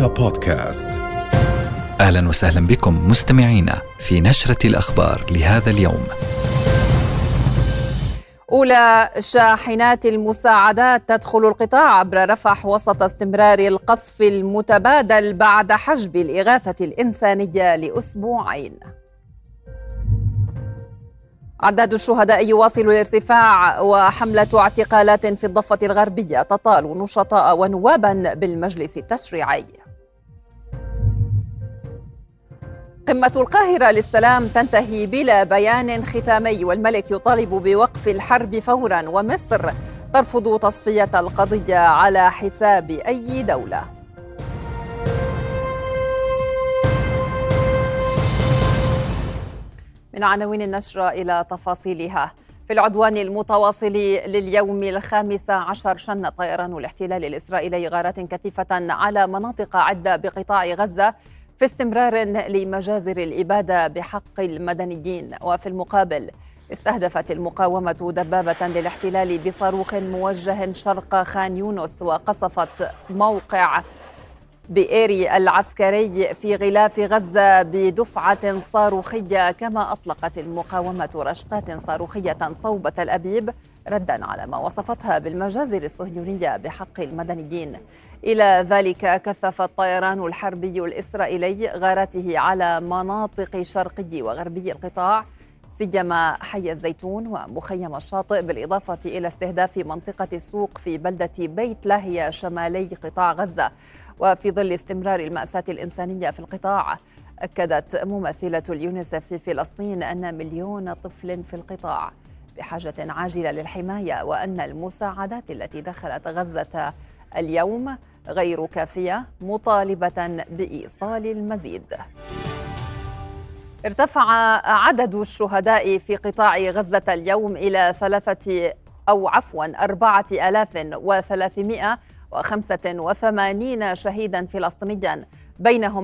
بودكاست. أهلا وسهلا بكم مستمعينا في نشرة الأخبار لهذا اليوم. أولى شاحنات المساعدات تدخل القطاع عبر رفح وسط استمرار القصف المتبادل بعد حجب الإغاثة الإنسانية لأسبوعين. عدد الشهداء يواصل الارتفاع، وحملة اعتقالات في الضفة الغربية تطال نشطاء ونوابا بالمجلس التشريعي. قمة القاهرة للسلام تنتهي بلا بيان ختامي، والملك يطالب بوقف الحرب فورا، ومصر ترفض تصفية القضية على حساب أي دولة. من عناوين النشرة إلى تفاصيلها. في العدوان المتواصل لليوم 15 شن طيران الاحتلال الإسرائيلي غارات كثيفة على مناطق عدة بقطاع غزة في استمرار لمجازر الإبادة بحق المدنيين. وفي المقابل استهدفت المقاومة دبابة للاحتلال بصاروخ موجه شرق خان يونس، وقصفت موقع بئيري العسكري في غلاف غزة بدفعة صاروخية، كما أطلقت المقاومة رشقات صاروخية صوب تل أبيب ردا على ما وصفتها بالمجازر الصهيونية بحق المدنيين. إلى ذلك كثف الطيران الحربي الإسرائيلي غاراته على مناطق شرقي وغربي القطاع، سيما حي الزيتون ومخيم الشاطئ، بالإضافة إلى استهداف منطقة السوق في بلدة بيت لاهيا شمالي قطاع غزة. وفي ظل استمرار المأساة الإنسانية في القطاع، أكدت ممثلة اليونيسف في فلسطين أن مليون طفل في القطاع بحاجة عاجلة للحماية، وأن المساعدات التي دخلت غزة اليوم غير كافية، مطالبة بإيصال المزيد. ارتفع عدد الشهداء في قطاع غزة اليوم إلى 4385 شهيدا فلسطينيا، بينهم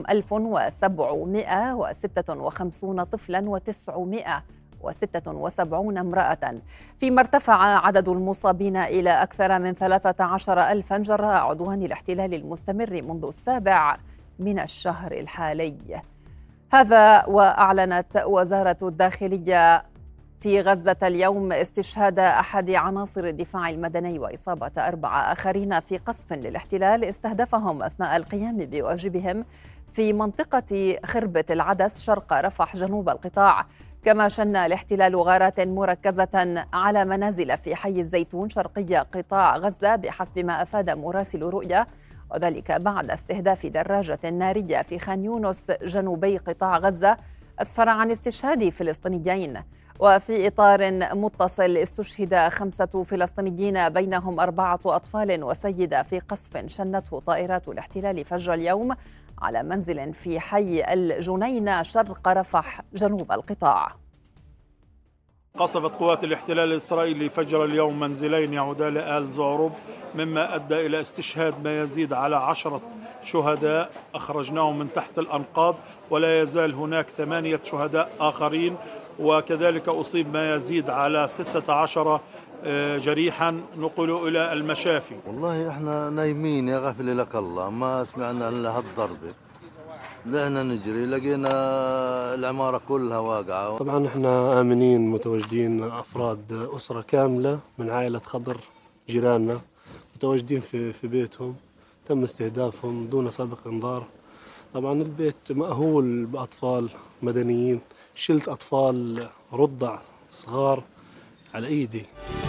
1756 طفلا و976 امرأة، فيما ارتفع عدد المصابين إلى أكثر من 13,000 جراء عدوان الاحتلال المستمر منذ 7 من الشهر الحالي. هذا وأعلنت وزارة الداخلية في غزة اليوم استشهاد أحد عناصر الدفاع المدني وإصابة 4 آخرين في قصف للاحتلال استهدفهم أثناء القيام بواجبهم في منطقة خربة العدس شرق رفح جنوب القطاع. كما شن الاحتلال غارات مركزة على منازل في حي الزيتون شرقي قطاع غزة بحسب ما أفاد مراسل رؤيا، وذلك بعد استهداف دراجة نارية في خان يونس جنوبي قطاع غزة أسفر عن استشهاد فلسطينيين. وفي إطار متصل استشهد 5 فلسطينيين بينهم 4 أطفال وسيدة في قصف شنته طائرات الاحتلال فجر اليوم على منزل في حي الجنينة شرق رفح جنوب القطاع. قصفت قوات الاحتلال الإسرائيلي فجر اليوم منزلين يعودان لآل زعرب، مما أدى إلى استشهاد ما يزيد على 10 شهداء أخرجناهم من تحت الأنقاض، ولا يزال هناك 8 شهداء آخرين، وكذلك أصيب ما يزيد على 16 جريحا نقلوا إلى المشافي. والله احنا نايمين يا غافل لك الله، ما سمعنا إلا هالضربة، بدأنا نجري لقينا العمارة كلها واقعة. طبعا احنا آمنين متواجدين، أفراد أسرة كاملة من عائلة خضر جيراننا متواجدين في بيتهم، تم استهدافهم دون سابق انذار. طبعا البيت مأهول بأطفال مدنيين، شلت أطفال رضع صغار على إيدي.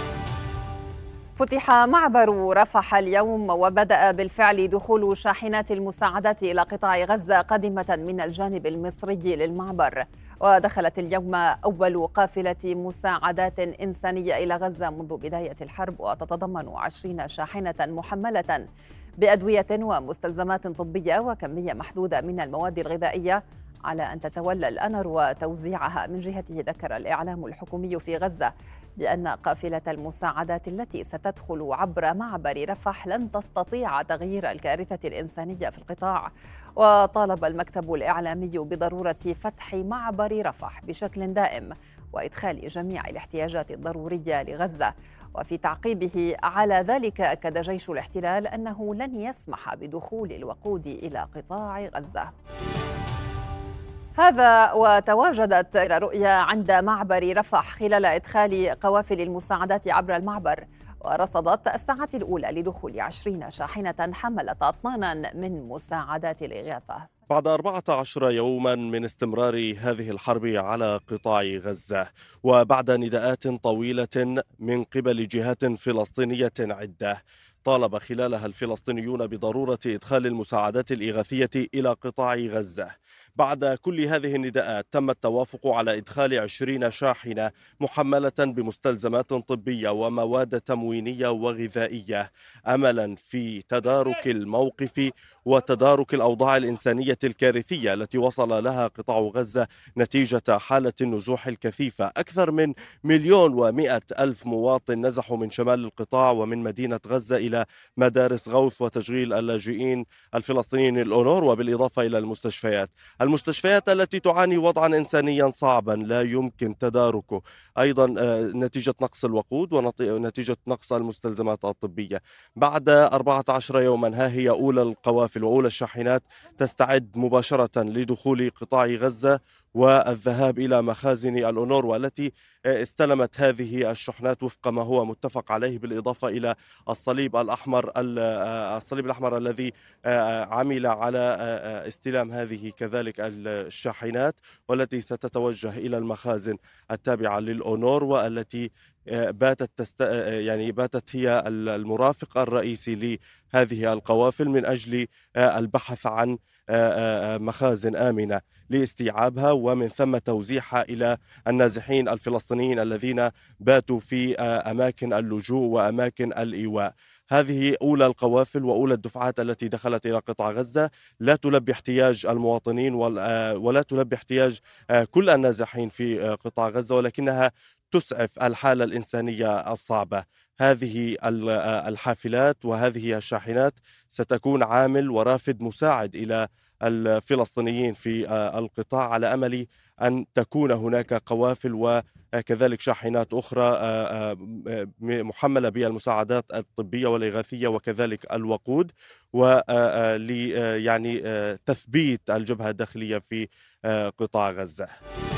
فتح معبر رفح اليوم، وبدأ بالفعل دخول شاحنات المساعدات إلى قطاع غزة قادمة من الجانب المصري للمعبر. ودخلت اليوم أول قافلة مساعدات إنسانية إلى غزة منذ بداية الحرب، وتتضمن 20 شاحنة محملة بأدوية ومستلزمات طبية وكمية محدودة من المواد الغذائية على أن تتولى الأنروا توزيعها. من جهته ذكر الإعلام الحكومي في غزة بأن قافلة المساعدات التي ستدخل عبر معبر رفح لن تستطيع تغيير الكارثة الإنسانية في القطاع. وطالب المكتب الإعلامي بضرورة فتح معبر رفح بشكل دائم وإدخال جميع الاحتياجات الضرورية لغزة. وفي تعقيبه على ذلك أكد جيش الاحتلال أنه لن يسمح بدخول الوقود إلى قطاع غزة. هذا وتواجدت رؤية عند معبر رفح خلال إدخال قوافل المساعدات عبر المعبر، ورصدت الساعات الأولى لدخول 20 شاحنة حملت أطنانا من مساعدات الإغاثة. بعد 14 يوما من استمرار هذه الحرب على قطاع غزة، وبعد نداءات طويلة من قبل جهات فلسطينية عدة، طالب خلالها الفلسطينيون بضرورة إدخال المساعدات الإغاثية إلى قطاع غزة. بعد كل هذه النداءات تم التوافق على إدخال 20 شاحنة محملة بمستلزمات طبية ومواد تموينية وغذائية، أملا في تدارك الموقف وتدارك الأوضاع الإنسانية الكارثية التي وصل لها قطاع غزة نتيجة حالة النزوح الكثيفة. أكثر من 1,100,000 مواطن نزحوا من شمال القطاع ومن مدينة غزة إلى مدارس غوث وتشغيل اللاجئين الفلسطينيين الأونروا، وبالإضافة إلى المستشفيات التي تعاني وضعا إنسانيا صعبا لا يمكن تداركه، أيضا نتيجة نقص الوقود ونتيجة نقص المستلزمات الطبية. بعد 14 يوما ها هي أولى القوافل وأولى الشاحنات تستعد مباشرة لدخول قطاع غزة والذهاب إلى مخازن الأونروا التي استلمت هذه الشحنات وفق ما هو متفق عليه، بالإضافة إلى الصليب الأحمر الذي عمل على استلام هذه كذلك الشاحنات، والتي ستتوجه إلى المخازن التابعة للأونروا التي باتت هي المرافق الرئيسي لهذه القوافل من أجل البحث عن مخازن آمنة لاستيعابها، ومن ثم توزيعها إلى النازحين الفلسطينيين الذين باتوا في أماكن اللجوء وأماكن الإيواء. هذه أولى القوافل وأولى الدفعات التي دخلت إلى قطاع غزة، لا تلبي احتياج المواطنين ولا تلبي احتياج كل النازحين في قطاع غزة، ولكنها تسعف الحالة الإنسانية الصعبة. هذه الحافلات وهذه الشاحنات ستكون عامل ورافد مساعد إلى الفلسطينيين في القطاع، على أمل أن تكون هناك قوافل وكذلك شاحنات أخرى محملة بالمساعدات الطبية والإغاثية وكذلك الوقود، يعني تثبيت الجبهة الداخلية في قطاع غزة.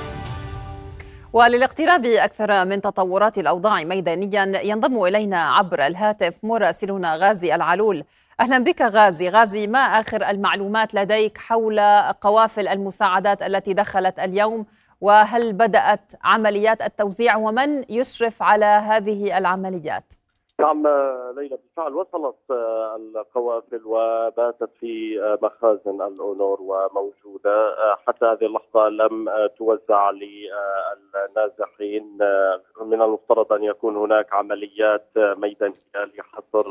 وللاقتراب أكثر من تطورات الأوضاع ميدانيا ينضم إلينا عبر الهاتف مراسلنا غازي العلول. أهلا بك غازي، ما آخر المعلومات لديك حول قوافل المساعدات التي دخلت اليوم، وهل بدأت عمليات التوزيع ومن يشرف على هذه العمليات؟ نعم ليلى، بالفعل وصلت القوافل وباتت في مخازن الأونور وموجودة حتى هذه اللحظة. لم توزع للنازحين. من المفترض أن يكون هناك عمليات ميدانية لحصر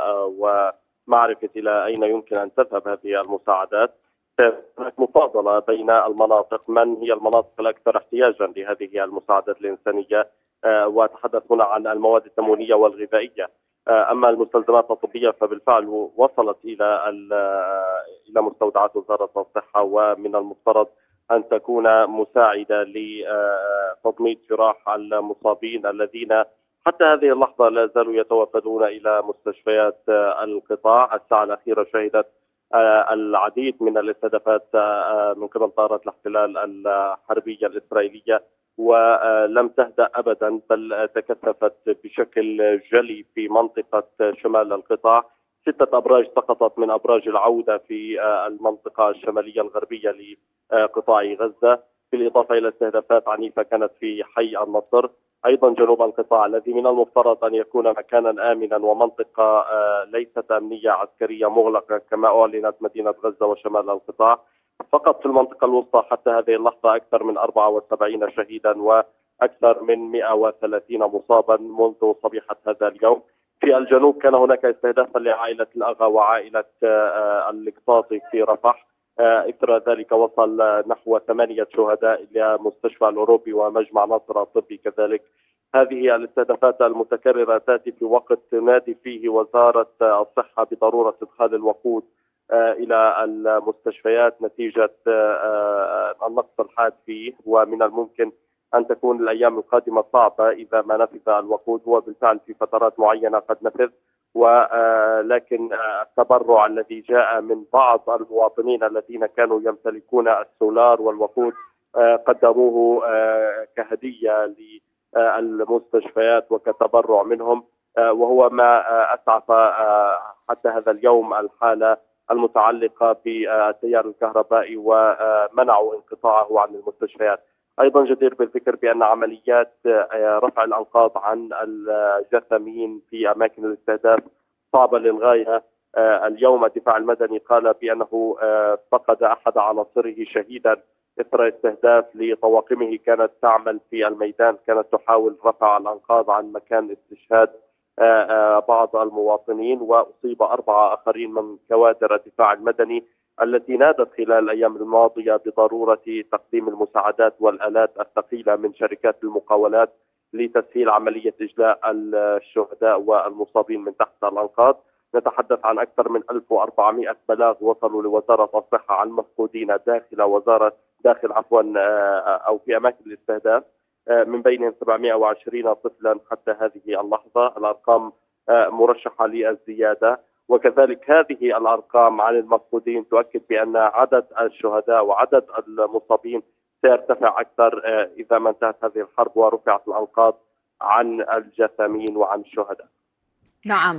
ومعرفة إلى أين يمكن أن تذهب هذه المساعدات. هناك مفاضلة بين المناطق، من هي المناطق الأكثر احتياجا لهذه المساعدات الإنسانية، وأتحدث هنا عن المواد التموينية والغذائية. أما المستلزمات الطبية فبالفعل وصلت إلى مستودعات وزارة الصحة، ومن المفترض أن تكون مساعدة لتضميد جراح المصابين الذين حتى هذه اللحظة لا زالوا يتوافدون إلى مستشفيات القطاع. الساعة الأخيرة شهدت العديد من الاستهدافات من قبل طائرات الاحتلال الحربية الإسرائيلية، ولم تهدأ أبدا، بل تكثفت بشكل جلي في منطقة شمال القطاع. 6 أبراج سقطت من أبراج العودة في المنطقة الشمالية الغربية لقطاع غزة، بالإضافة إلى استهدافات عنيفة كانت في حي النصر. أيضا جنوب القطاع الذي من المفترض أن يكون مكانا آمنا ومنطقة ليست أمنية عسكرية مغلقة كما أعلنت مدينة غزة وشمال القطاع، فقط في المنطقة الوسطى حتى هذه اللحظة أكثر من 74 شهيدا وأكثر من 130 مصابا منذ صبيحة هذا اليوم. في الجنوب كان هناك استهدافا لعائلة الأغا وعائلة القطاطي في رفح، إثر ذلك وصل نحو 8 شهداء إلى مستشفى الأوروبي ومجمع ناصر الطبي كذلك. هذه الاستهدافات المتكررة تأتي في وقت تنادي فيه وزارة الصحة بضرورة إدخال الوقود إلى المستشفيات نتيجة النقص الحاد فيه، ومن الممكن أن تكون الأيام القادمة صعبة إذا ما نفذ الوقود. هو بالفعل في فترات معينة قد نفذ، ولكن التبرع الذي جاء من بعض المواطنين الذين كانوا يمتلكون السولار والوقود قدموه كهدية للمستشفيات وكتبرع منهم، وهو ما أسعف حتى هذا اليوم الحالة المتعلقة بالتيار الكهربائي ومنعوا انقطاعه عن المستشفيات. أيضا جدير بالذكر بأن عمليات رفع الأنقاض عن الجثامين في أماكن الاستهداف صعبة للغاية. اليوم الدفاع المدني قال بأنه فقد أحد عناصره شهيدا إثر استهداف لطواقمه كانت تعمل في الميدان، كانت تحاول رفع الأنقاض عن مكان استشهاد بعض المواطنين، وأصيب 4 آخرين من كوادر الدفاع المدني التي نادت خلال الأيام الماضية بضرورة تقديم المساعدات والآلات الثقيلة من شركات المقاولات لتسهيل عملية إجلاء الشهداء والمصابين من تحت الأنقاض. نتحدث عن أكثر من 1400 بلاغ وصلوا لوزارة الصحة عن مفقودين داخل أو في أماكن الاستهداف، من بينهم 720 طفلا حتى هذه اللحظة. الأرقام مرشحة للزيادة، وكذلك هذه الأرقام عن المفقودين تؤكد بأن عدد الشهداء وعدد المصابين سيرتفع أكثر إذا ما انتهت هذه الحرب ورفعت الأنقاض عن الجثامين وعن الشهداء. نعم.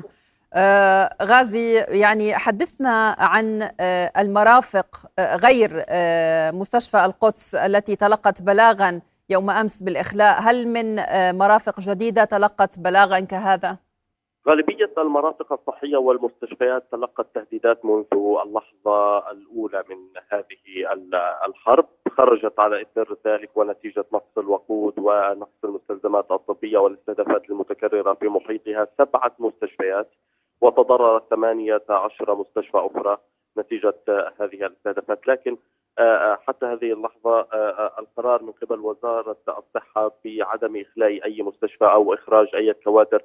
غازي، يعني حدثنا عن المرافق غير مستشفى القدس التي تلقت بلاغا يوم أمس بالإخلاء. هل من مرافق جديدة تلقت بلاغا كهذا؟ غالبية المرافق الصحية والمستشفيات تلقت تهديدات منذ اللحظة الأولى من هذه الحرب. خرجت على إثر ذلك ونتيجة نقص الوقود ونقص المستلزمات الطبية والاستهدافات المتكررة في محيطها 7 مستشفيات، وتضررت 18 مستشفى أخرى نتيجة هذه الاستهدافات. لكن حتى هذه اللحظة القرار من قبل وزارة الصحة بعدم إخلاء أي مستشفى أو إخراج أي كوادر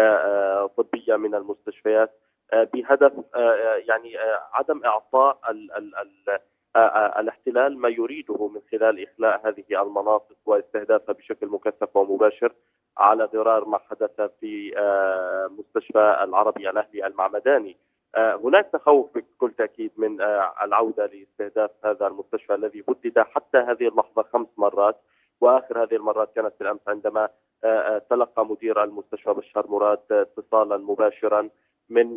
طبية من المستشفيات بهدف يعني عدم إعطاء الاحتلال ما يريده من خلال إخلاء هذه المناطق واستهدافها بشكل مكثف ومباشر، على غرار ما حدث في مستشفى العربي الأهلي المعمداني. هناك تخوف بكل تأكيد من العودة لاستهداف هذا المستشفى الذي بدد حتى هذه اللحظة 5 مرات، وآخر هذه المرات كانت بالأمس عندما تلقى مدير المستشفى بشار مراد اتصالا مباشرا من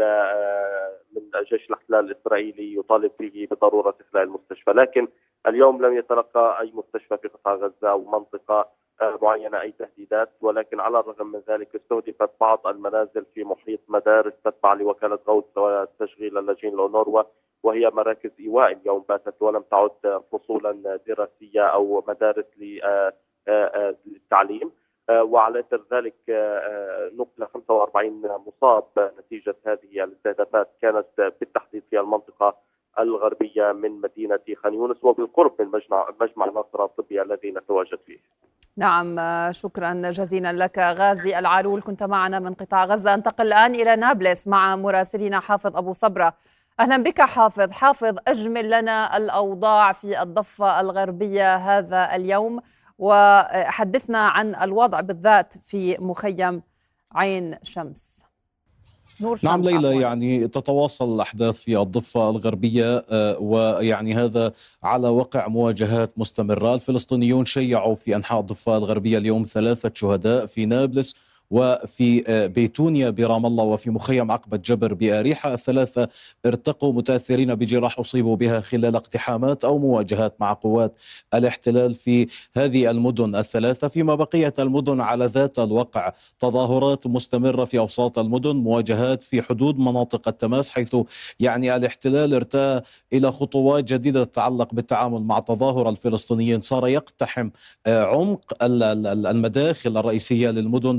جيش الاحتلال الإسرائيلي يطالب به بضرورة إخلاء المستشفى. لكن اليوم لم يتلقى أي مستشفى في قطاع غزة أو منطقة معينة أي تهديدات، ولكن على الرغم من ذلك استهدفت بعض المنازل في محيط مدارس تتبع لوكالة غوث وتشغيل اللاجئين الأونروا، وهي مراكز إيواء اليوم باتت ولم تعد فصولا دراسية أو مدارس للتعليم. وعلى اثر ذلك نقل 45 مصاب نتيجة هذه الاستهدافات، كانت بالتحديد في المنطقة الغربية من مدينة خان يونس وبالقرب من مجمع ناصر الطبي الذي نتواجد فيه. نعم، شكرا جزيلا لك غازي العالول، كنت معنا من قطاع غزة. انتقل الآن إلى نابلس مع مراسلنا حافظ أبو صبرة. أهلا بك حافظ، أجمل لنا الأوضاع في الضفة الغربية هذا اليوم، وحدثنا عن الوضع بالذات في مخيم عين شمس. نور شمس. نعم ليلى، يعني تتواصل الأحداث في الضفة الغربية، ويعني هذا على وقع مواجهات مستمرة. الفلسطينيون شيعوا في أنحاء الضفة الغربية اليوم 3 شهداء في نابلس وفي بيتونيا برام الله وفي مخيم عقبة جبر بأريحة. 3 ارتقوا متأثرين بجراح أصيبوا بها خلال اقتحامات أو مواجهات مع قوات الاحتلال في هذه المدن 3. فيما بقية المدن على ذات الوقع تظاهرات مستمرة في أوساط المدن، مواجهات في حدود مناطق التماس، حيث يعني الاحتلال ارتأى إلى خطوات جديدة تتعلق بالتعامل مع تظاهر الفلسطينيين. صار يقتحم عمق المداخل الرئيسية للمدن بدلا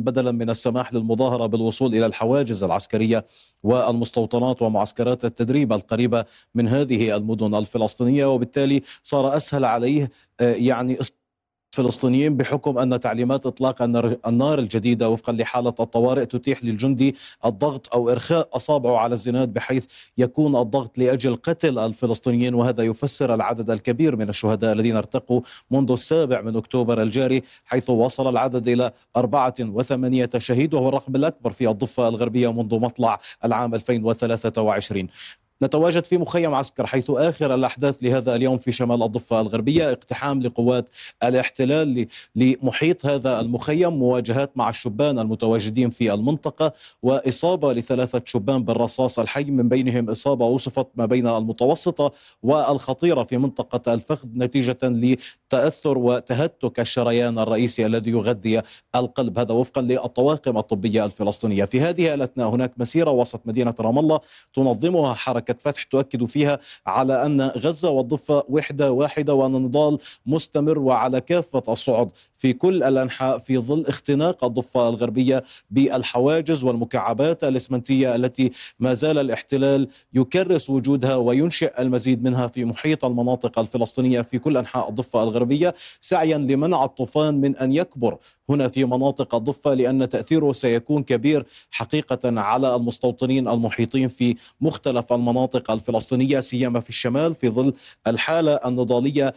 من السماح للمظاهرة بالوصول إلى الحواجز العسكرية والمستوطنات ومعسكرات التدريب القريبة من هذه المدن الفلسطينية، وبالتالي صار أسهل عليه يعني الفلسطينيين بحكم أن تعليمات إطلاق النار الجديدة وفقا لحالة الطوارئ تتيح للجندي الضغط أو إرخاء أصابعه على الزناد بحيث يكون الضغط لأجل قتل الفلسطينيين، وهذا يفسر العدد الكبير من الشهداء الذين ارتقوا منذ 7 أكتوبر الجاري، حيث وصل العدد إلى 84 شهيد، وهو الرقم الأكبر في الضفة الغربية منذ مطلع العام 2023. نتواجد في مخيم عسكر، حيث آخر الأحداث لهذا اليوم في شمال الضفة الغربية اقتحام لقوات الاحتلال لمحيط هذا المخيم، مواجهات مع الشبان المتواجدين في المنطقة، وإصابة ل3 شبان بالرصاص الحي، من بينهم إصابة وصفت ما بين المتوسطة والخطيرة في منطقة الفخذ نتيجة لتأثر وتهتك الشريان الرئيسي الذي يغذي القلب، هذا وفقا للطواقم الطبية الفلسطينية. في هذه الأثناء هناك مسيرة وسط مدينة رام الله تنظمها حركة فتح تؤكد فيها على أن غزة والضفة وحدة واحدة، وأن النضال مستمر وعلى كافة الصعد في كل الأنحاء في ظل اختناق الضفة الغربية بالحواجز والمكعبات الإسمنتية التي ما زال الاحتلال يكرس وجودها وينشئ المزيد منها في محيط المناطق الفلسطينية في كل أنحاء الضفة الغربية، سعيا لمنع الطوفان من أن يكبر هنا في مناطق الضفة، لأن تأثيره سيكون كبير حقيقة على المستوطنين المحيطين في مختلف المناطق الفلسطينية، سيما في الشمال في ظل الحالة النضالية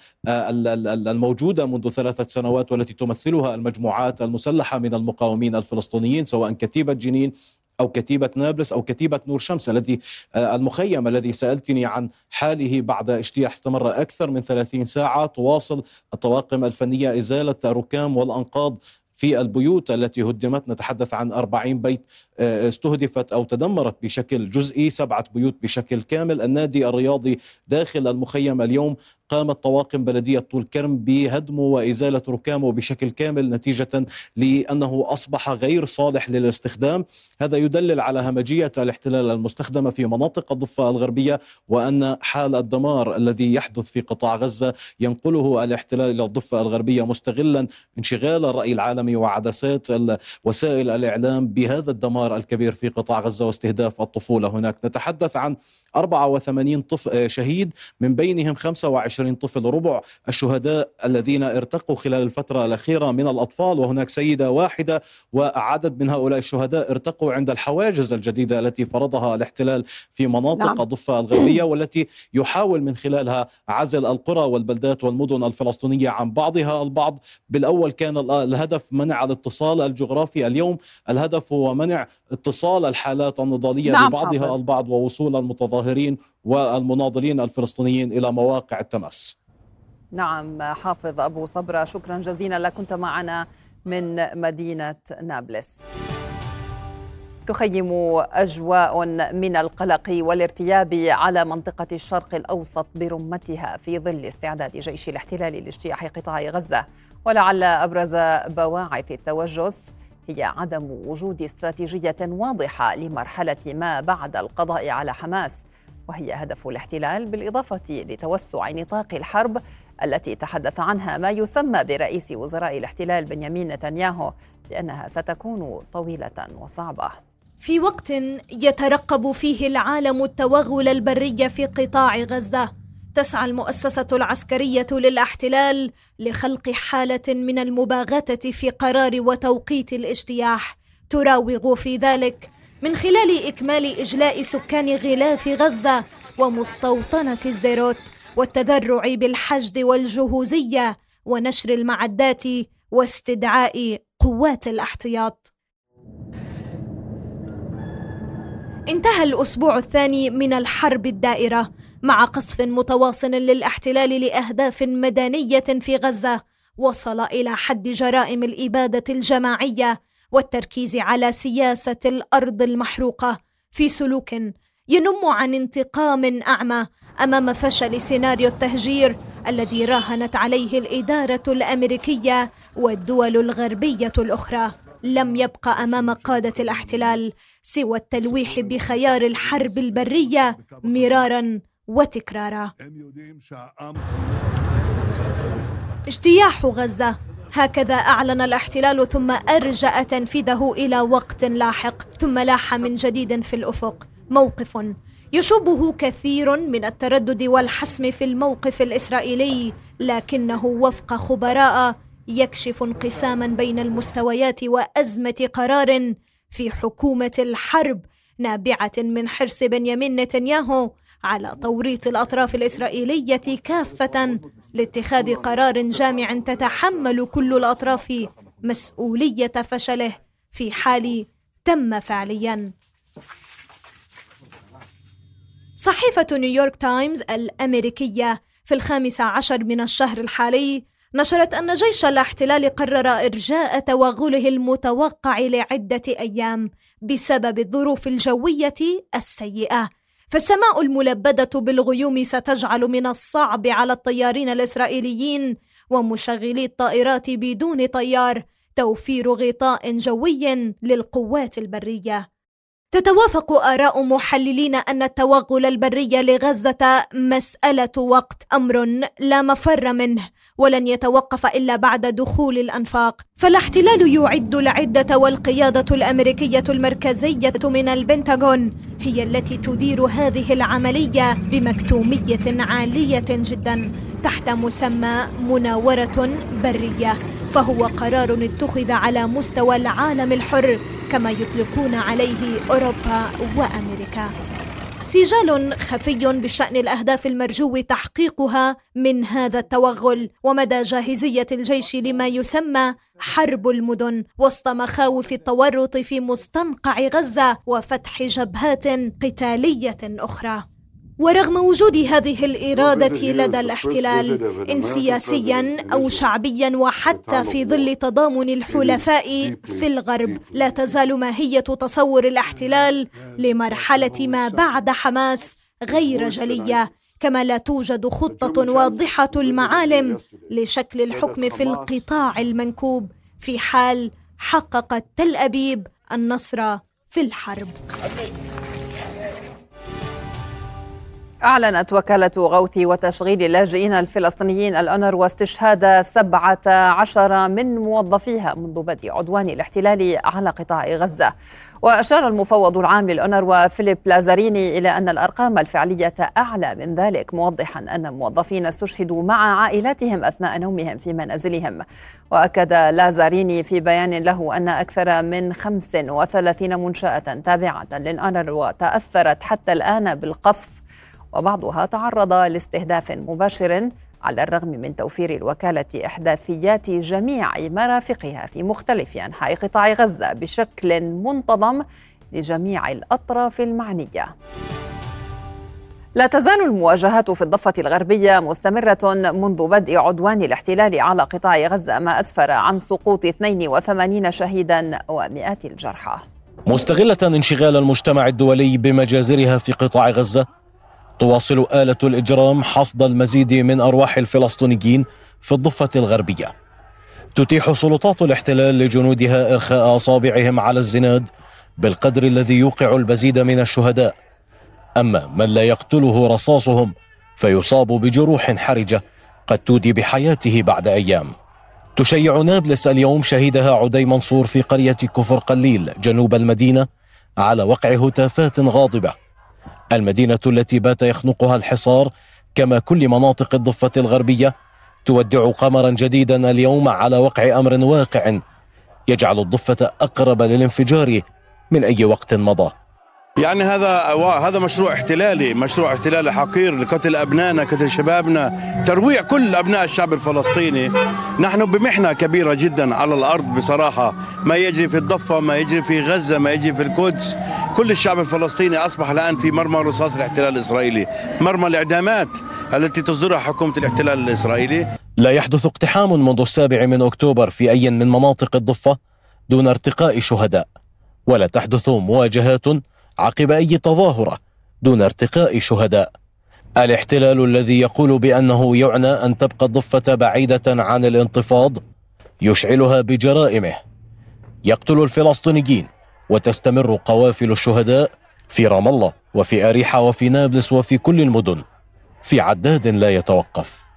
الموجودة منذ 3 سنوات والتي تمثلها المجموعات المسلحة من المقاومين الفلسطينيين، سواء كتيبة جنين أو كتيبة نابلس أو كتيبة نور شمس. المخيم الذي سألتني عن حاله بعد اجتياح استمر أكثر من 30 ساعة، تواصل الطواقم الفنية إزالة الركام والأنقاض في البيوت التي هدمت، نتحدث عن 40 بيت استهدفت أو تدمرت بشكل جزئي، 7 بيوت بشكل كامل. النادي الرياضي داخل المخيم اليوم قامت طواقم بلدية طول كرم بهدمه وإزالة ركامه بشكل كامل نتيجة لأنه أصبح غير صالح للاستخدام. هذا يدلل على همجية الاحتلال المستخدمة في مناطق الضفة الغربية، وأن حال الدمار الذي يحدث في قطاع غزة ينقله الاحتلال إلى الضفة الغربية مستغلا انشغال الرأي العالمي وعدسات وسائل الإعلام بهذا الدمار الكبير في قطاع غزة واستهداف الطفولة هناك. نتحدث عن 84 شهيد، من بينهم 25 طفل، ربع الشهداء الذين ارتقوا خلال الفترة الأخيرة من الأطفال، وهناك سيدة واحدة، وعدد من هؤلاء الشهداء ارتقوا عند الحواجز الجديدة التي فرضها الاحتلال في مناطق الضفة الغربية، والتي يحاول من خلالها عزل القرى والبلدات والمدن الفلسطينية عن بعضها البعض. بالأول كان الهدف منع الاتصال الجغرافي، اليوم الهدف هو منع اتصال الحالات النضالية ببعضها البعض ووصول المتظاهرين والمناضلين الفلسطينيين إلى مواقع التماس. نعم حافظ أبو صبرة، شكرا جزيلا لك، كنت معنا من مدينة نابلس. تخيم أجواء من القلق والارتياب على منطقة الشرق الأوسط برمتها في ظل استعداد جيش الاحتلال لاجتياح قطاع غزة، ولعل أبرز بواعث التوجس هي عدم وجود استراتيجية واضحة لمرحلة ما بعد القضاء على حماس، وهي هدف الاحتلال، بالإضافة لتوسع نطاق الحرب التي تحدث عنها ما يسمى برئيس وزراء الاحتلال بنيامين نتنياهو بأنها ستكون طويلة وصعبة. في وقت يترقب فيه العالم التوغل البري في قطاع غزة، تسعى المؤسسة العسكرية للاحتلال لخلق حالة من المباغتة في قرار وتوقيت الاجتياح، تراوغ في ذلك من خلال إكمال إجلاء سكان غلاف غزة ومستوطنة سديروت، والتذرع بالحشد والجهوزية ونشر المعدات واستدعاء قوات الاحتياط. انتهى الأسبوع الثاني من الحرب الدائرة مع قصف متواصل للاحتلال لأهداف مدنية في غزة، وصل إلى حد جرائم الإبادة الجماعية والتركيز على سياسة الأرض المحروقة، في سلوك ينم عن انتقام أعمى أمام فشل سيناريو التهجير الذي راهنت عليه الإدارة الأمريكية والدول الغربية الأخرى. لم يبق أمام قادة الاحتلال سوى التلويح بخيار الحرب البرية مراراً وتكرارا. اجتياح غزة هكذا أعلن الاحتلال ثم أرجأ تنفيذه إلى وقت لاحق، ثم لاح من جديد في الأفق موقف يشوبه كثير من التردد والحسم في الموقف الإسرائيلي، لكنه وفق خبراء يكشف انقساما بين المستويات وأزمة قرار في حكومة الحرب نابعة من حرص بنيامين نتنياهو على توريط الأطراف الإسرائيلية كافة لاتخاذ قرار جامع تتحمل كل الأطراف مسؤولية فشله في حال تم فعليا. صحيفة نيويورك تايمز الأمريكية في 15 من الشهر الحالي نشرت أن جيش الاحتلال قرر إرجاء توغله المتوقع لعدة أيام بسبب الظروف الجوية السيئة، فالسماء الملبدة بالغيوم ستجعل من الصعب على الطيارين الإسرائيليين ومشغلي الطائرات بدون طيار توفير غطاء جوي للقوات البرية. تتوافق آراء محللين أن التوغل البري لغزة مسألة وقت، أمر لا مفر منه ولن يتوقف إلا بعد دخول الأنفاق، فالاحتلال يعد العدة والقيادة الأمريكية المركزية من البنتاغون هي التي تدير هذه العملية بمكتومية عالية جدا تحت مسمى مناورة برية، فهو قرار اتخذ على مستوى العالم الحر كما يطلقون عليه أوروبا وأمريكا. سجال خفي بشأن الأهداف المرجو تحقيقها من هذا التوغل ومدى جاهزية الجيش لما يسمى حرب المدن وسط مخاوف التورط في مستنقع غزة وفتح جبهات قتالية أخرى. ورغم وجود هذه الإرادة لدى الاحتلال إن سياسيا أو شعبيا وحتى في ظل تضامن الحلفاء في الغرب، لا تزال ماهية تصور الاحتلال لمرحلة ما بعد حماس غير جلية، كما لا توجد خطة واضحة المعالم لشكل الحكم في القطاع المنكوب في حال حققت تل أبيب النصر في الحرب. أعلنت وكالة غوث وتشغيل اللاجئين الفلسطينيين الأونروا استشهاد 17 من موظفيها منذ بدء عدوان الاحتلال على قطاع غزة. وأشار المفوض العام للأونروا فيليب لازاريني إلى أن الأرقام الفعلية أعلى من ذلك، موضحا أن موظفين استشهدوا مع عائلاتهم أثناء نومهم في منازلهم. وأكد لازاريني في بيان له أن أكثر من 35 منشأة تابعة للأونروا تأثرت حتى الآن بالقصف، وبعضها تعرض لاستهداف مباشر على الرغم من توفير الوكالة إحداثيات جميع مرافقها في مختلف أنحاء قطاع غزة بشكل منتظم لجميع الأطراف المعنية. لا تزال المواجهات في الضفة الغربية مستمرة منذ بدء عدوان الاحتلال على قطاع غزة، ما أسفر عن سقوط 82 شهيدا ومئات الجرحى. مستغلة انشغال المجتمع الدولي بمجازرها في قطاع غزة، تواصل آلة الإجرام حصد المزيد من أرواح الفلسطينيين في الضفة الغربية. تتيح سلطات الاحتلال لجنودها إرخاء أصابعهم على الزناد بالقدر الذي يوقع المزيد من الشهداء، أما من لا يقتله رصاصهم فيصاب بجروح حرجة قد تودي بحياته بعد أيام. تشيع نابلس اليوم شهيدها عدي منصور في قرية كفر قليل جنوب المدينة على وقع هتافات غاضبة. المدينة التي بات يخنقها الحصار كما كل مناطق الضفة الغربية تودع قمرا جديدا اليوم على وقع أمر واقع يجعل الضفة أقرب للانفجار من أي وقت مضى. يعني هذا مشروع احتلالي حقير لقتل أبنائنا، قتل شبابنا، ترويع كل أبناء الشعب الفلسطيني. نحن بمحنة كبيرة جدا على الأرض بصراحة، ما يجري في الضفة، ما يجري في غزة، ما يجري في القدس، كل الشعب الفلسطيني أصبح الآن في مرمى رصاص الاحتلال الإسرائيلي، مرمى الإعدامات التي تصدرها حكومة الاحتلال الإسرائيلي. لا يحدث اقتحام منذ 7 أكتوبر في أي من مناطق الضفة دون ارتقاء شهداء، ولا تحدث مواجهات عقب أي تظاهرة دون ارتقاء شهداء. الاحتلال الذي يقول بأنه يعنى أن تبقى الضفة بعيدة عن الانتفاض يشعلها بجرائمه، يقتل الفلسطينيين وتستمر قوافل الشهداء في رام الله وفي أريحة وفي نابلس وفي كل المدن في عداد لا يتوقف.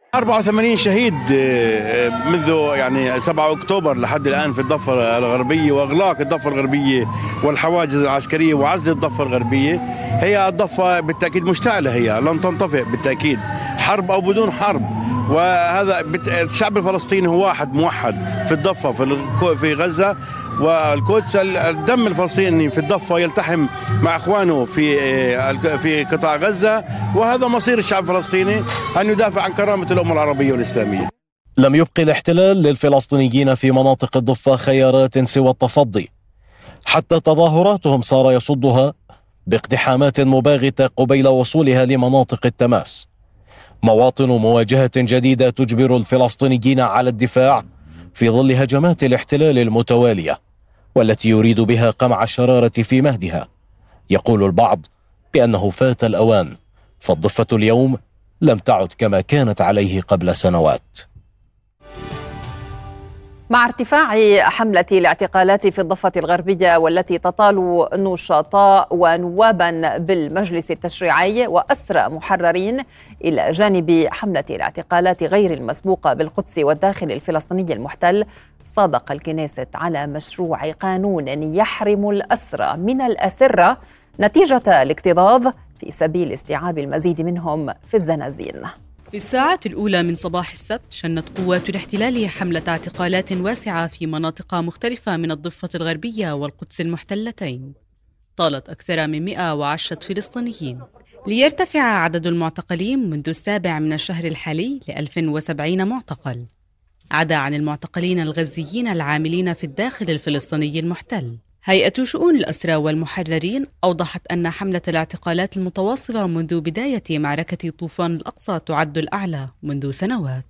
84 شهيد منذ يعني 7 أكتوبر لحد الآن في الضفة الغربية، وإغلاق الضفة الغربية والحواجز العسكرية وعزل الضفة الغربية. هي الضفة بالتأكيد مشتعلة، هي لن تنطفئ بالتأكيد، حرب أو بدون حرب. وهذا الشعب الفلسطيني هو واحد موحد في الضفة في غزة والقدس. الدم الفلسطيني في الضفة يلتحم مع إخوانه في قطاع غزة، وهذا مصير الشعب الفلسطيني أن يدافع عن كرامة الأمة العربية والإسلامية. لم يبقي الاحتلال للفلسطينيين في مناطق الضفة خيارات سوى التصدي، حتى تظاهراتهم صار يصدها باقتحامات مباغتة قبيل وصولها لمناطق التماس. مواطن مواجهة جديدة تجبر الفلسطينيين على الدفاع في ظل هجمات الاحتلال المتوالية، والتي يريد بها قمع الشرارة في مهدها. يقول البعض بأنه فات الأوان، فالضفة اليوم لم تعد كما كانت عليه قبل سنوات. مع ارتفاع حملة الاعتقالات في الضفة الغربية والتي تطال نشطاء ونوابا بالمجلس التشريعي وأسرى محررين، إلى جانب حملة الاعتقالات غير المسبوقة بالقدس والداخل الفلسطيني المحتل، صادق الكنيست على مشروع قانون يحرم الأسرى من الأسرة نتيجة الاكتظاظ في سبيل استيعاب المزيد منهم في الزنازين. في الساعات الأولى من صباح السبت شنت قوات الاحتلال حملة اعتقالات واسعة في مناطق مختلفة من الضفة الغربية والقدس المحتلتين، طالت أكثر من 110 فلسطينيين، ليرتفع عدد المعتقلين منذ 7 من الشهر الحالي ل 1070 معتقل، عدا عن المعتقلين الغزيين العاملين في الداخل الفلسطيني المحتل. هيئة شؤون الأسرى والمحررين أوضحت أن حملة الاعتقالات المتواصلة منذ بداية معركة طوفان الأقصى تعد الأعلى منذ سنوات.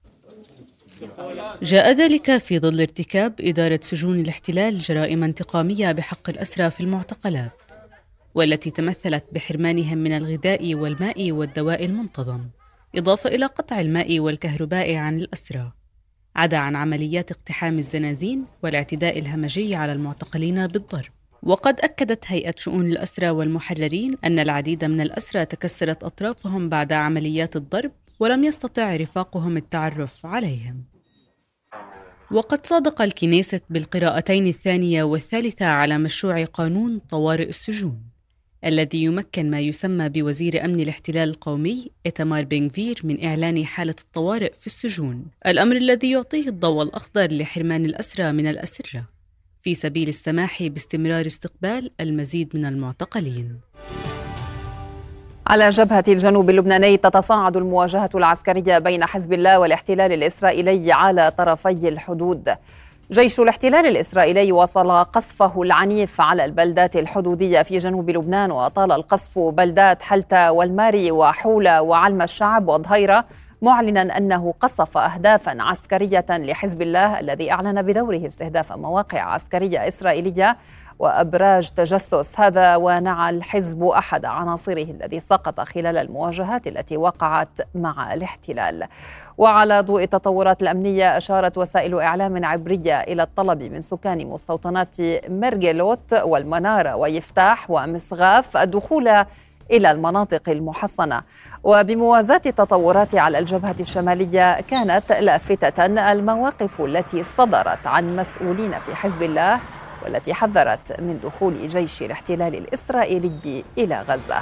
جاء ذلك في ظل ارتكاب إدارة سجون الاحتلال جرائم انتقامية بحق الأسرى في المعتقلات، والتي تمثلت بحرمانهم من الغذاء والماء والدواء المنتظم، إضافة إلى قطع الماء والكهرباء عن الأسرى، عدا عن عمليات اقتحام الزنازين والاعتداء الهمجي على المعتقلين بالضرب. وقد أكدت هيئة شؤون الأسرى والمحررين أن العديد من الأسرى تكسرت أطرافهم بعد عمليات الضرب ولم يستطع رفاقهم التعرف عليهم. وقد صادق الكنيست بالقراءتين الثانية والثالثة على مشروع قانون طوارئ السجون، الذي يمكن ما يسمى بوزير أمن الاحتلال القومي إيتمار بن غفير من إعلان حالة الطوارئ في السجون، الأمر الذي يعطيه الضوء الأخضر لحرمان الأسرى من الأسرة في سبيل السماح باستمرار استقبال المزيد من المعتقلين. على جبهة الجنوب اللبناني تتصاعد المواجهة العسكرية بين حزب الله والاحتلال الإسرائيلي على طرفي الحدود. جيش الاحتلال الإسرائيلي واصل قصفه العنيف على البلدات الحدودية في جنوب لبنان، وطال القصف بلدات حلتة والماري وحولة وعلم الشعب وضهيرة، معلنا أنه قصف أهدافا عسكرية لحزب الله الذي أعلن بدوره استهداف مواقع عسكرية إسرائيلية وأبراج تجسس. هذا ونعى الحزب أحد عناصره الذي سقط خلال المواجهات التي وقعت مع الاحتلال. وعلى ضوء التطورات الأمنية، أشارت وسائل إعلام عبرية إلى الطلب من سكان مستوطنات مرجلوت والمنارة ويفتاح ومسغاف الدخول إلى المناطق المحصنة. وبموازاة التطورات على الجبهة الشمالية، كانت لافتة المواقف التي صدرت عن مسؤولين في حزب الله والتي حذرت من دخول جيش الاحتلال الإسرائيلي إلى غزة.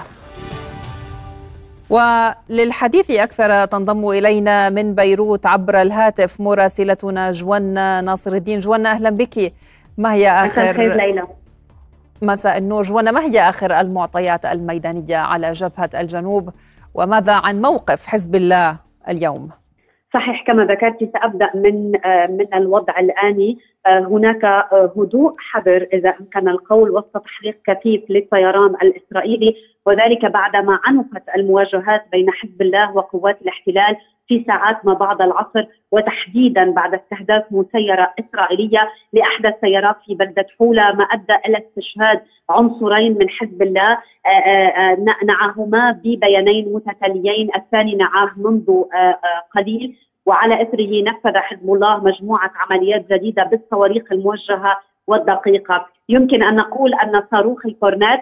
وللحديث أكثر تنضم إلينا من بيروت عبر الهاتف مراسلتنا جوانا ناصر الدين. جوانا، أهلا بك. ما هي آخر مساء النور جوانا، ما هي آخر المعطيات الميدانية على جبهة الجنوب، وماذا عن موقف حزب الله اليوم؟ صحيح كما ذكرت، سأبدأ من الوضع الآني. هناك هدوء حذر إذا أمكن القول وسط تحقيق كثيف للطيران الإسرائيلي، وذلك بعدما عنفت المواجهات بين حزب الله وقوات الاحتلال في ساعات ما بعد العصر، وتحديدا بعد استهداف مسيرة إسرائيلية لأحدى السيارات في بلدة حولة، ما أدى إلى استشهاد عنصرين من حزب الله نعاهما ببيانين متتاليين، الثاني نعاه منذ قليل. وعلى إثره نفذ حزب الله مجموعة عمليات جديدة بالصواريخ الموجهة والدقيقة. يمكن أن نقول أن صاروخ الكورنات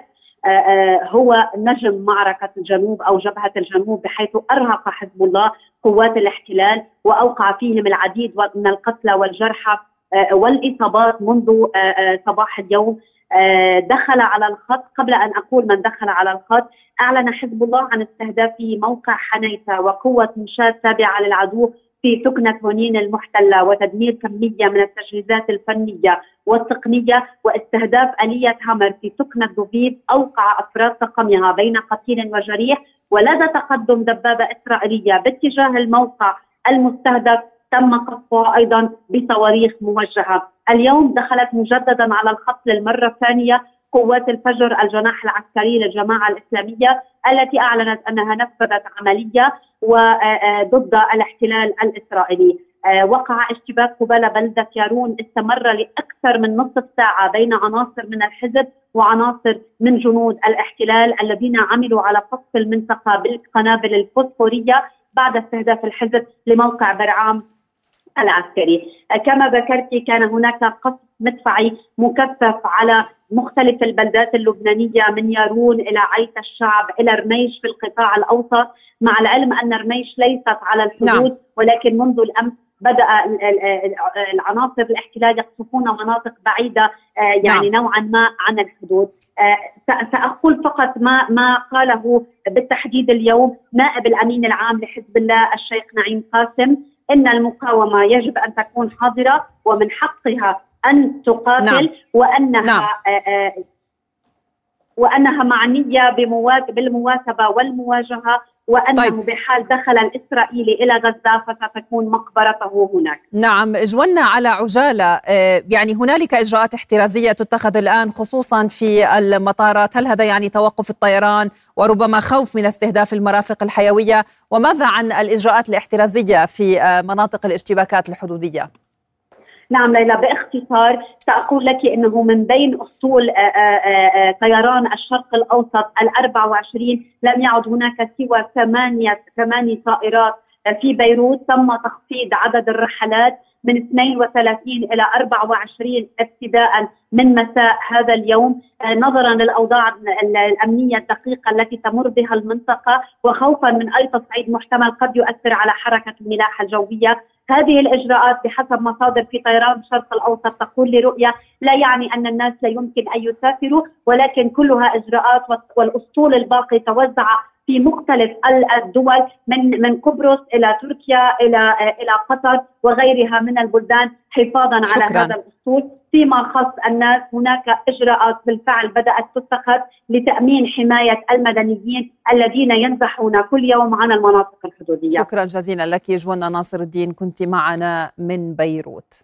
هو نجم معركة الجنوب أو جبهة الجنوب، بحيث أرهق حزب الله قوات الاحتلال وأوقع فيهم العديد من القتلى والجرحى والإصابات منذ صباح اليوم. دخل على الخط، قبل أن أقول من دخل على الخط، أعلن حزب الله عن استهداف موقع حنيفة وقوة مشاة تابعة للعدو في سكنة هونين المحتلة، وتدمير كمية من التجهيزات الفنية والتقنية، واستهداف آلية همر في سكنة دوفيد أوقع أفراد طاقمها بين قتيل وجريح. ولدى تقدم دبابة إسرائيلية باتجاه الموقع المستهدف تم قصفها أيضا بصواريخ موجهة. اليوم دخلت مجددا على الخط للمرة الثانية قوات الفجر الجناح العسكري للجماعة الإسلامية، التي أعلنت أنها نفذت عملية ضد الاحتلال الإسرائيلي. وقع اشتباك قبالة بلدة يارون استمر لأكثر من نصف ساعة بين عناصر من الحزب وعناصر من جنود الاحتلال الذين عملوا على قصف المنطقة بالقنابل الفوسفورية بعد استهداف الحزب لموقع برعام العسكري. كما ذكرت كان هناك قصف مدفعي مكثف على مختلف البلدات اللبنانية من يارون إلى عيت الشعب إلى رميش في القطاع الأوسط، مع العلم أن رميش ليست على الحدود ولكن منذ الأمس بدأ العناصر الاحتلال يقصفون مناطق بعيدة يعني نوعا ما عن الحدود. سأقول فقط ما قاله بالتحديد اليوم نائب الأمين العام لحزب الله الشيخ نعيم قاسم، إن المقاومة يجب أن تكون حاضرة ومن حقها أن تقاتل، وأنها معنية بالمواكبة والمواجهة، وأنه بحال دخل الإسرائيلي إلى غزة فستكون مقبرته هناك. نعم، جولنا على عجالة، يعني هنالك إجراءات احترازية تتخذ الآن خصوصا في المطارات، هل هذا يعني توقف الطيران وربما خوف من استهداف المرافق الحيوية؟ وماذا عن الإجراءات الاحترازية في مناطق الاشتباكات الحدودية؟ نعم ليلى، باختصار سأقول لك أنه من بين أسطول طيران الشرق الأوسط 24 لم يعد هناك سوى 8 طائرات في بيروت. تم تخفيض عدد الرحلات من 32 إلى 24 ابتداء من مساء هذا اليوم، نظرا للأوضاع الأمنية الدقيقة التي تمر بها المنطقة، وخوفا من أي تصعيد محتمل قد يؤثر على حركة الملاحة الجوية. هذه الإجراءات بحسب مصادر في طيران الشرق الأوسط تقول لرؤية لا يعني أن الناس لا يمكن أن يسافروا، ولكن كلها إجراءات، والأسطول الباقي توزع في مختلف الدول من قبرص إلى تركيا إلى قطر وغيرها من البلدان حفاظا على هذا الأسطول. فيما خص الناس هناك إجراءات بالفعل بدأت تتخذ لتأمين حماية المدنيين الذين ينزحون كل يوم عن المناطق الحدودية. شكرا جزيلا لك جوانا ناصر الدين، كنت معنا من بيروت.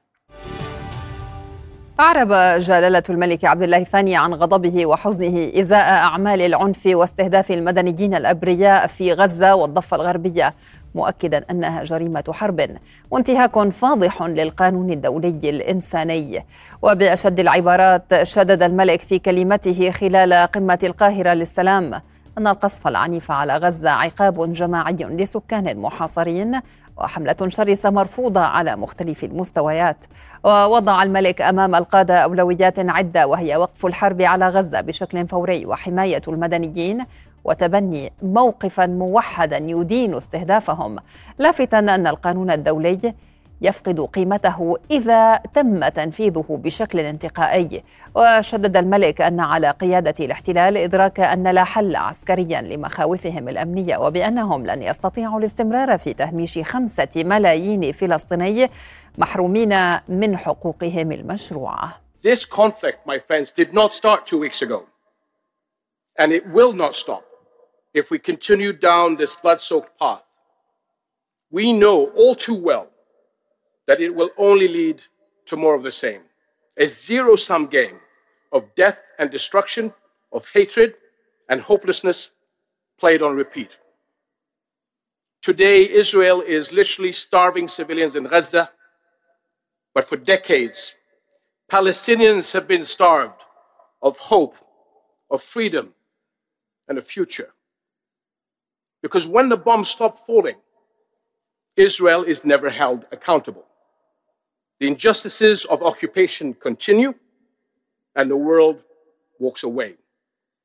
أعرب جلالة الملك عبد الله الثاني عن غضبه وحزنه إزاء أعمال العنف واستهداف المدنيين الأبرياء في غزة والضفة الغربية، مؤكدا أنها جريمة حرب وانتهاك فاضح للقانون الدولي الإنساني. وبأشد العبارات شدد الملك في كلمته خلال قمة القاهرة للسلام أن القصف العنيف على غزة عقاب جماعي لسكان محاصرين وحملة شرسة مرفوضة على مختلف المستويات. ووضع الملك أمام القادة أولويات عدة، وهي وقف الحرب على غزة بشكل فوري وحماية المدنيين وتبني موقفا موحدا يدين استهدافهم، لافتا أن القانون الدولي يفقد قيمته إذا تم تنفيذه بشكل انتقائي. وشدد الملك أن على قيادة الاحتلال إدراك أن لا حل عسكريا لمخاوفهم الأمنية، وبأنهم لن يستطيعوا الاستمرار في تهميش 5 ملايين فلسطيني محرومين من حقوقهم المشروعة. This conflict, my friends, did not start 2 weeks ago, and it will not stop if we continue down this blood-soaked path. We know all too well that it will only lead to more of the same. A zero-sum game of death and destruction, of hatred and hopelessness played on repeat. Today, Israel is literally starving civilians in Gaza, but for decades, Palestinians have been starved of hope, of freedom, and a future. Because when the bombs stop falling, Israel is never held accountable. The injustices of occupation continue, and the world walks away.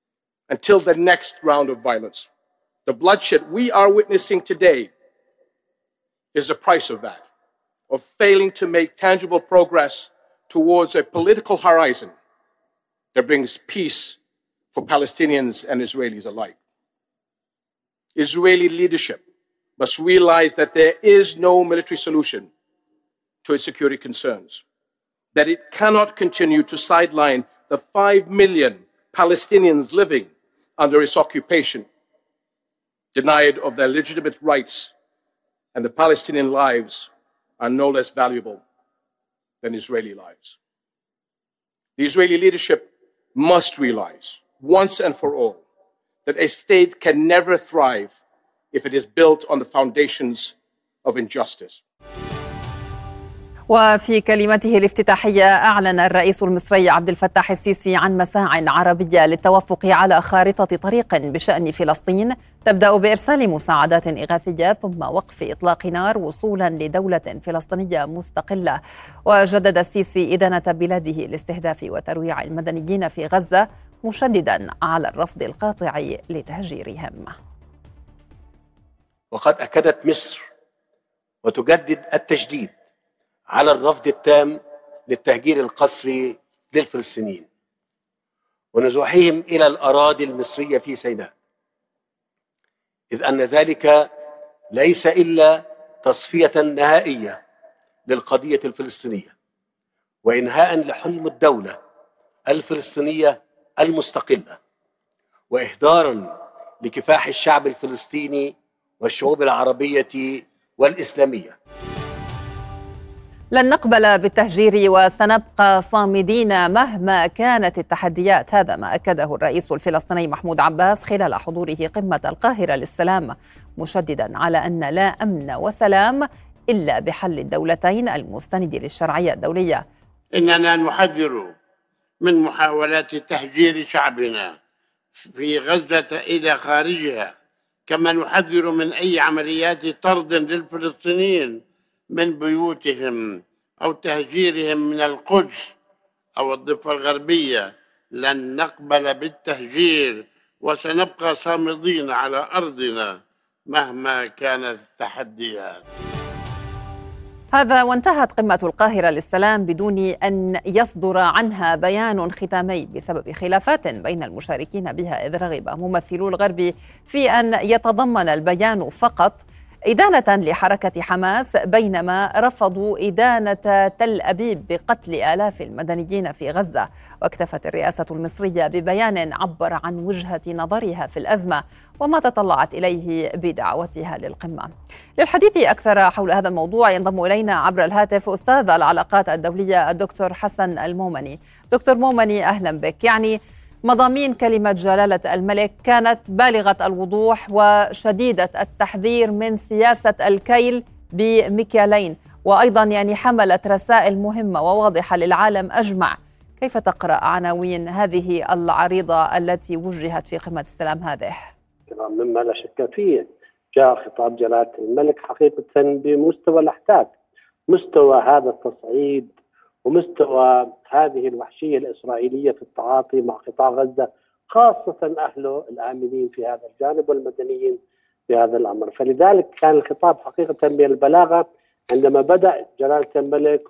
until the next round of violence. The bloodshed we are witnessing today is the price of that, of failing to make tangible progress towards a political horizon that brings peace for Palestinians and Israelis alike. Israeli leadership must realize that there is no military solution to its security concerns, that it cannot continue to sideline the 5 million Palestinians living under its occupation, denied of their legitimate rights, and the Palestinian lives are no less valuable than Israeli lives. The Israeli leadership must realize, once and for all, that a state can never thrive if it is built on the foundations of injustice. وفي كلمته الافتتاحية أعلن الرئيس المصري عبد الفتاح السيسي عن مساع عربية للتوافق على خارطة طريق بشأن فلسطين تبدأ بإرسال مساعدات إغاثية ثم وقف إطلاق نار وصولا لدولة فلسطينية مستقلة. وجدد السيسي إدانة بلاده لاستهداف وترويع المدنيين في غزة، مشددا على الرفض القاطع لتهجيرهم. وقد أكدت مصر وتجدد التجديد على الرفض التام للتهجير القسري للفلسطينيين ونزوحهم إلى الأراضي المصرية في سيناء، إذ أن ذلك ليس إلا تصفية نهائية للقضية الفلسطينية وإنهاء لحلم الدولة الفلسطينية المستقلة وإهدارا لكفاح الشعب الفلسطيني والشعوب العربية والإسلامية. لن نقبل بالتهجير وسنبقى صامدين مهما كانت التحديات، هذا ما أكده الرئيس الفلسطيني محمود عباس خلال حضوره قمة القاهرة للسلام، مشددا على أن لا أمن وسلام إلا بحل الدولتين المستند للشرعية الدولية. إننا نحذر من محاولات تهجير شعبنا في غزة إلى خارجها، كما نحذر من أي عمليات طرد للفلسطينيين من بيوتهم أو تهجيرهم من القدس أو الضفة الغربية. لن نقبل بالتهجير وسنبقى صامدين على أرضنا مهما كانت التحديات. هذا وانتهت قمة القاهرة للسلام بدون أن يصدر عنها بيان ختامي بسبب خلافات بين المشاركين بها، إذ رغب ممثلو الغرب في أن يتضمن البيان فقط إدانة لحركة حماس، بينما رفضوا إدانة تل أبيب بقتل آلاف المدنيين في غزة. واكتفت الرئاسة المصرية ببيان عبر عن وجهة نظرها في الأزمة وما تطلعت إليه بدعوتها للقمة. للحديث أكثر حول هذا الموضوع ينضم إلينا عبر الهاتف أستاذ العلاقات الدولية الدكتور حسن المومني. دكتور مومني، أهلا بك. يعني مضامين كلمة جلالة الملك كانت بالغة الوضوح وشديدة التحذير من سياسة الكيل بمكيالين، وأيضا يعني حملت رسائل مهمة وواضحة للعالم أجمع. كيف تقرأ عناوين هذه العريضة التي وجهت في قمة السلام هذه؟ مما لا شك فيه جاء خطاب جلالة الملك حقيقة بمستوى الأحداث، مستوى هذا التصعيد ومستوى هذه الوحشية الإسرائيلية في التعاطي مع قطاع غزة، خاصة أهله الآمنين في هذا الجانب والمدنيين في هذا الأمر. فلذلك كان الخطاب حقيقة من البلاغة عندما بدأ جلالة الملك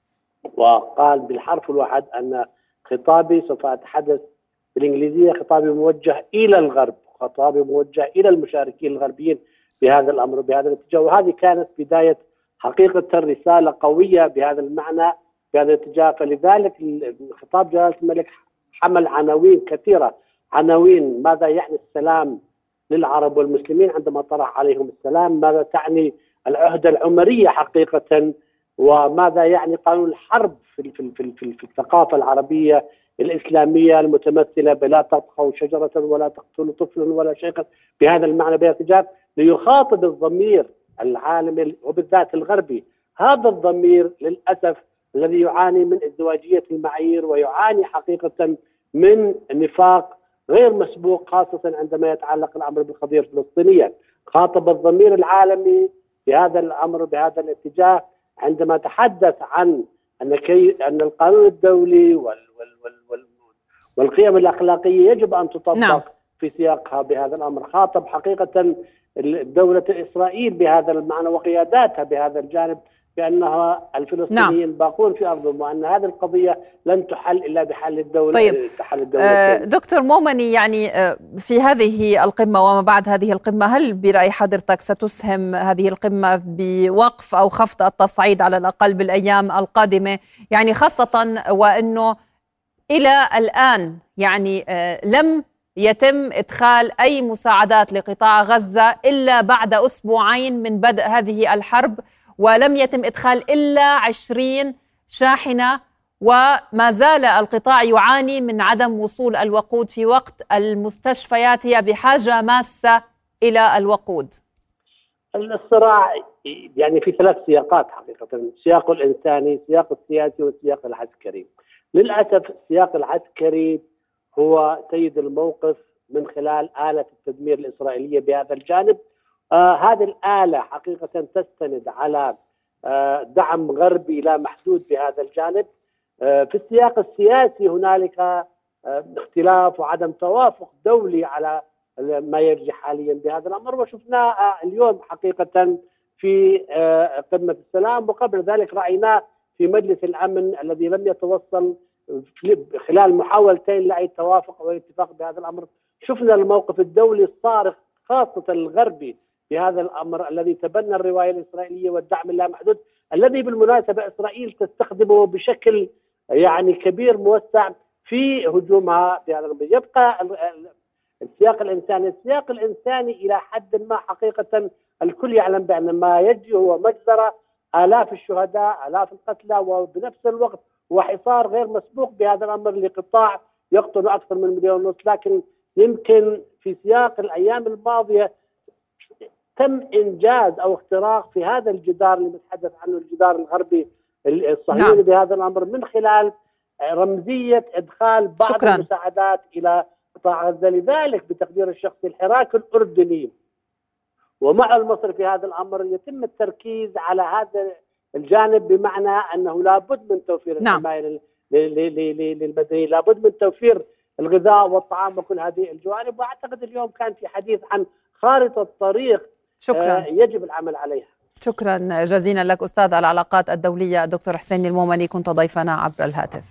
وقال بالحرف الواحد أن خطابي سوف أتحدث بالإنجليزية، خطابي موجه إلى الغرب، خطابي موجه إلى المشاركين الغربيين بهذا الأمر بهذا الاتجاه. وهذه كانت بداية حقيقة رسالة قوية بهذا المعنى بهذا الاتجاه. فلذلك خطاب جلالة الملك حمل عناوين كثيرة، عناوين ماذا يعني السلام للعرب والمسلمين عندما طرح عليهم السلام، ماذا تعني العهدة العمرية حقيقة، وماذا يعني قانون الحرب في الثقافة العربية الإسلامية المتمثلة بلا تطخوا شجرة ولا تقتلوا طفلا ولا شيخا، بهذا المعنى بهذا الاتجاه، ليخاطب الضمير العالمي وبالذات الغربي. هذا الضمير للأسف الذي يعاني من ازدواجية المعايير ويعاني حقيقة من نفاق غير مسبوق، خاصة عندما يتعلق الأمر بالقضية الفلسطينية. خاطب الضمير العالمي بهذا الأمر بهذا الاتجاه عندما تحدث عن أن القانون الدولي والقيم الأخلاقية يجب أن تطبق في سياقها بهذا الأمر، خاطب حقيقة دولة إسرائيل بهذا المعنى وقياداتها بهذا الجانب بأنها الفلسطينيين باقون في أرضهم، وأن هذه القضية لن تحل إلا بحل الدولة. طيب دكتور مومني، يعني في هذه القمة وما بعد هذه القمة، هل برأي حضرتك ستسهم هذه القمة بوقف أو خفض التصعيد على الأقل بالأيام القادمة؟ يعني خاصة وأنه إلى الآن يعني لم يتم إدخال أي مساعدات لقطاع غزة إلا بعد أسبوعين من بدء هذه الحرب، ولم يتم إدخال إلا 20 شاحنة، وما زال القطاع يعاني من عدم وصول الوقود في وقت المستشفيات هي بحاجة ماسة إلى الوقود. الصراع يعني في 3 سياقات حقيقة، السياق الإنساني، السياق السياسي، والسياق العسكري. للأسف السياق العسكري هو سيد الموقف من خلال آلة التدمير الإسرائيلية بهذا الجانب. هذه الآلة حقيقة تستند على دعم غربي لا محدود بهذا الجانب. في السياق السياسي هنالك اختلاف وعدم توافق دولي على ما يجري حاليا بهذا الأمر، وشفناه اليوم حقيقة في قمة السلام، وقبل ذلك رأيناه في مجلس الأمن الذي لم يتوصل خلال محاولتين لأي توافق أو اتفاق بهذا الأمر. شفنا الموقف الدولي الصارخ خاصة الغربي بهذا الأمر الذي تبنى الرواية الإسرائيلية والدعم اللامحدود، الذي بالمناسبة إسرائيل تستخدمه بشكل يعني كبير موسع في هجومها بهذا الأمر. يبقى السياق الإنساني. السياق الإنساني إلى حد ما حقيقة الكل يعلم بأن ما يجري هو مجزرة، آلاف الشهداء، آلاف القتلى، وبنفس الوقت وحصار غير مسبوق بهذا الأمر لقطاع يقتل أكثر من 1.5 مليون. لكن يمكن في سياق الأيام الماضية تم إنجاز أو اختراق في هذا الجدار اللي نتحدث عنه، الجدار الغربي الصهيوني بهذا الأمر، من خلال رمزية إدخال بعض المساعدات إلى قطاع غزة. لذلك بتقدير الشخصي الحراك الأردني ومع مصر في هذا الأمر يتم التركيز على هذا الجانب، بمعنى أنه لابد من توفير الحماية للمدنيين، لابد من توفير الغذاء والطعام وكل هذه الجوانب. وأعتقد اليوم كان في حديث عن خارطة طريق يجب العمل عليها. شكرا جزيلا لك أستاذ العلاقات الدولية الدكتور حسين المومني، كنت ضيفنا عبر الهاتف.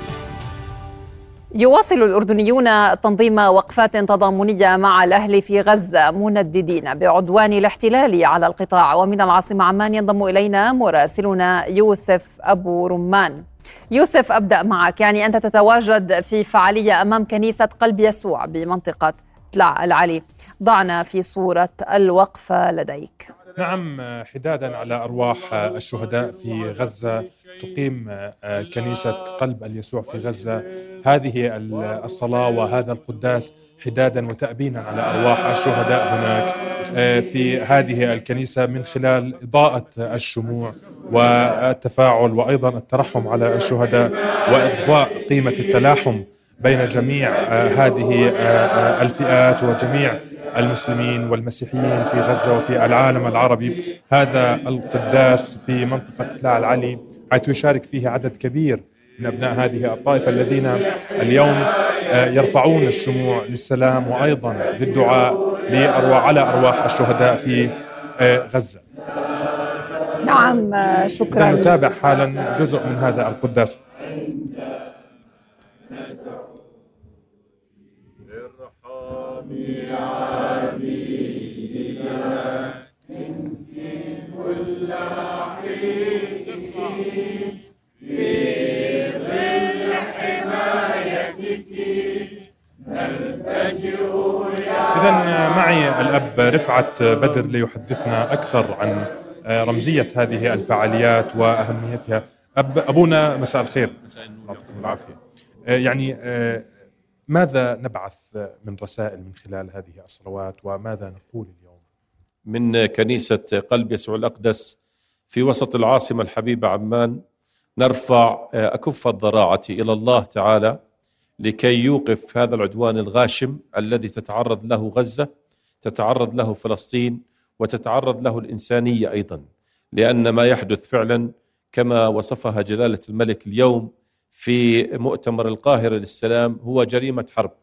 يواصل الأردنيون تنظيم وقفات تضامنية مع الأهل في غزة منددين بعدوان الاحتلال على القطاع. ومن العاصمة عمان ينضم إلينا مراسلنا يوسف أبو رمان. يوسف، أبدأ معك، يعني أنت تتواجد في فعالية أمام كنيسة قلب يسوع بمنطقة تلع العلي، ضعنا في صورة الوقفة لديك. نعم، حدادا على أرواح الشهداء في غزة تقيم كنيسة قلب اليسوع في غزة هذه الصلاة وهذا القداس حدادا وتأبينا على أرواح الشهداء هناك في هذه الكنيسة، من خلال إضاءة الشموع والتفاعل وأيضا الترحم على الشهداء وإضفاء قيمة التلاحم بين جميع هذه الفئات وجميع المسلمين والمسيحيين في غزة وفي العالم العربي. هذا القداس في منطقة تلع العلي حيث يشارك فيه عدد كبير من أبناء هذه الطائفة الذين اليوم يرفعون الشموع للسلام وأيضا للدعاء على أرواح الشهداء في غزة. نعم، شكرا. نتابع حالا جزء من هذا القداس. إذن معي الأب رفعت بدر ليحدثنا أكثر عن رمزية هذه الفعاليات وأهميتها. أبونا مساء الخير. يعطيكم العافية. يعني ماذا نبعث من رسائل من خلال هذه الصلوات وماذا نقول اليوم؟ من كنيسة قلب يسوع الأقدس في وسط العاصمة الحبيبة عمان نرفع أكف الضراعة إلى الله تعالى لكي يوقف هذا العدوان الغاشم الذي تتعرض له غزة، تتعرض له فلسطين، وتتعرض له الإنسانية أيضا، لأن ما يحدث فعلا كما وصفها جلالة الملك اليوم في مؤتمر القاهرة للسلام هو جريمة حرب.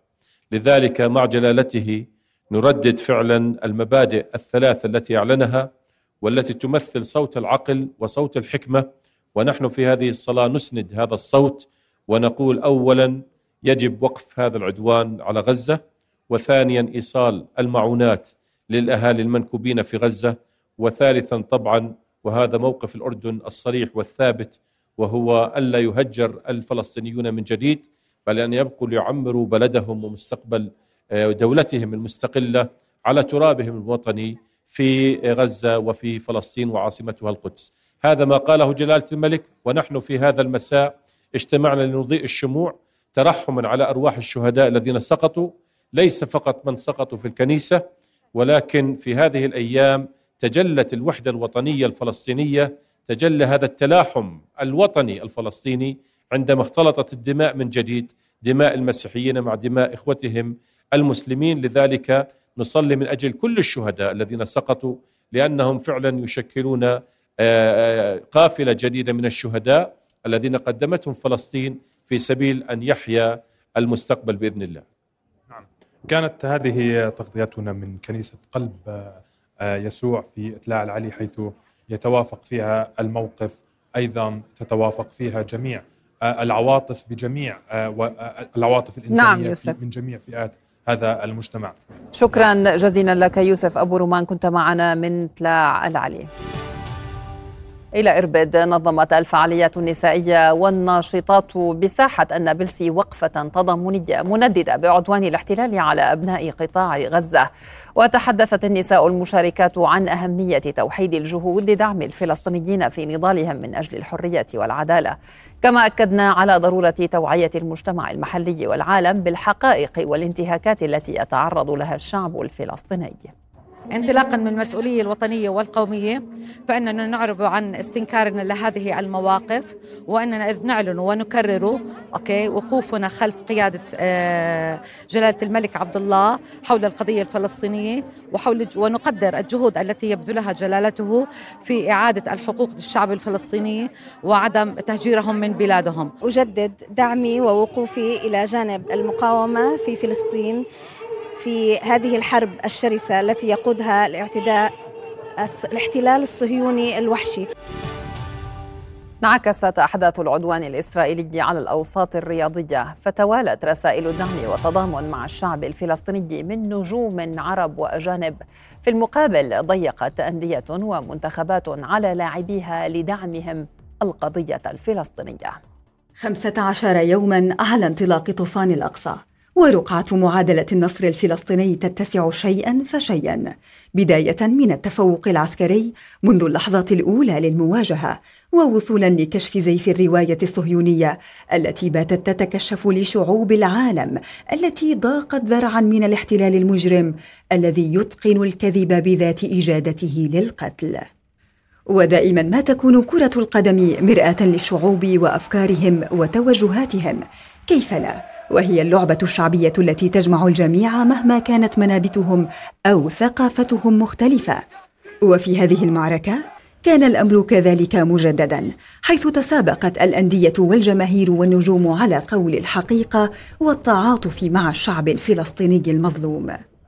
لذلك مع جلالته نردد فعلا المبادئ الثلاث التي أعلنها والتي تمثل صوت العقل وصوت الحكمة، ونحن في هذه الصلاة نسند هذا الصوت ونقول أولا يجب وقف هذا العدوان على غزة، وثانيا إيصال المعونات للأهالي المنكوبين في غزة، وثالثا طبعا وهذا موقف الأردن الصريح والثابت وهو ألا يهجر الفلسطينيون من جديد، بل أن يبقوا ليعمروا بلدهم ومستقبل دولتهم المستقلة على ترابهم الوطني في غزة وفي فلسطين وعاصمتها القدس. هذا ما قاله جلالة الملك، ونحن في هذا المساء اجتمعنا لنضيء الشموع ترحما على أرواح الشهداء الذين سقطوا، ليس فقط من سقطوا في الكنيسة، ولكن في هذه الأيام تجلت الوحدة الوطنية الفلسطينية، تجلى هذا التلاحم الوطني الفلسطيني عندما اختلطت الدماء من جديد، دماء المسيحيين مع دماء إخوتهم المسلمين. لذلك نصلي من أجل كل الشهداء الذين سقطوا، لأنهم فعلا يشكلون قافلة جديدة من الشهداء الذين قدمتهم فلسطين في سبيل أن يحيا المستقبل بإذن الله. نعم. كانت هذه تغطيتنا من كنيسة قلب يسوع في إتلاع العلي، حيث يتوافق فيها الموقف، أيضا تتوافق فيها جميع العواطف بجميع العواطف الإنسانية من جميع فئات هذا المجتمع. شكرا جزيلا لك يوسف أبو رومان، كنت معنا من إتلاع العلي. إلى إربد، نظمت الفعاليات النسائية والناشطات بساحة النابلسي وقفة تضامنية منددة بعدوان الاحتلال على أبناء قطاع غزة، وتحدثت النساء المشاركات عن أهمية توحيد الجهود لدعم الفلسطينيين في نضالهم من أجل الحرية والعدالة، كما أكدنا على ضرورة توعية المجتمع المحلي والعالم بالحقائق والانتهاكات التي يتعرض لها الشعب الفلسطيني. انطلاقا من المسؤولية الوطنية والقومية، فإننا نعرب عن استنكارنا لهذه المواقف، وأننا إذ نعلن ونكرر وقوفنا خلف قيادة جلالة الملك عبد الله حول القضية الفلسطينية، ونقدر الجهود التي يبذلها جلالته في إعادة الحقوق للشعب الفلسطيني وعدم تهجيرهم من بلادهم. أجدد دعمي ووقوفي إلى جانب المقاومة في فلسطين في هذه الحرب الشرسة التي يقودها الاحتلال الصهيوني الوحشي. انعكست أحداث العدوان الإسرائيلي على الأوساط الرياضية، فتوالت رسائل الدعم والتضامن مع الشعب الفلسطيني من نجوم عرب وأجانب. في المقابل ضيقت أندية ومنتخبات على لاعبيها لدعمهم القضية الفلسطينية. 15 يوما على انطلاق طوفان الأقصى، ورقعة معادلة النصر الفلسطيني تتسع شيئا فشيئا، بداية من التفوق العسكري منذ اللحظات الأولى للمواجهة، ووصولا لكشف زيف الرواية الصهيونية التي باتت تتكشف لشعوب العالم التي ضاقت ذرعا من الاحتلال المجرم الذي يتقن الكذب بذات إجادته للقتل. ودائما ما تكون كرة القدم مرآة للشعوب وأفكارهم وتوجهاتهم، كيف لا؟ وهي اللعبة الشعبية التي تجمع الجميع مهما كانت منابتهم أو ثقافتهم مختلفة. وفي هذه المعركة كان الأمر كذلك مجددا، حيث تسابقت الأندية والجماهير والنجوم على قول الحقيقة والتعاطف مع الشعب الفلسطيني المظلوم.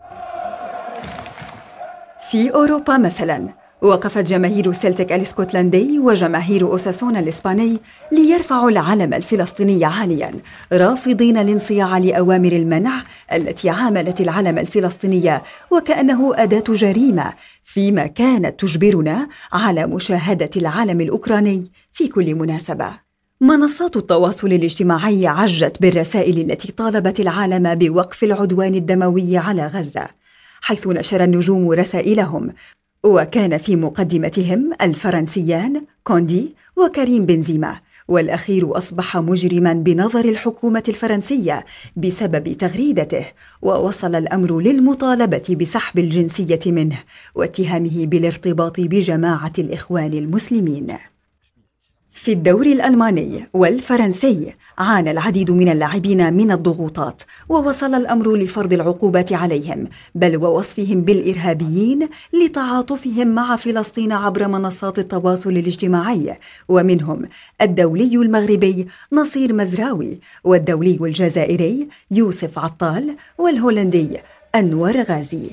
في أوروبا مثلا، وقفت جماهير سلتيك الاسكتلندي وجماهير أوساسونا الإسباني ليرفعوا العلم الفلسطيني عاليا، رافضين الانصياع لأوامر المنع التي عاملت العلم الفلسطيني وكأنه أداة جريمة، فيما كانت تجبرنا على مشاهدة العلم الأوكراني في كل مناسبة. منصات التواصل الاجتماعي عجت بالرسائل التي طالبت العالم بوقف العدوان الدموي على غزة، حيث نشر النجوم رسائلهم، وكان في مقدمتهم الفرنسيان كوندي وكريم بنزيما، والأخير أصبح مجرما بنظر الحكومة الفرنسية بسبب تغريدته، ووصل الأمر للمطالبة بسحب الجنسية منه واتهامه بالارتباط بجماعة الإخوان المسلمين. في الدوري الألماني والفرنسي عانى العديد من اللاعبين من الضغوطات، ووصل الأمر لفرض العقوبات عليهم، بل ووصفهم بالإرهابيين لتعاطفهم مع فلسطين عبر منصات التواصل الاجتماعي، ومنهم الدولي المغربي نصير مزراوي، والدولي الجزائري يوسف عطال، والهولندي أنور غازي.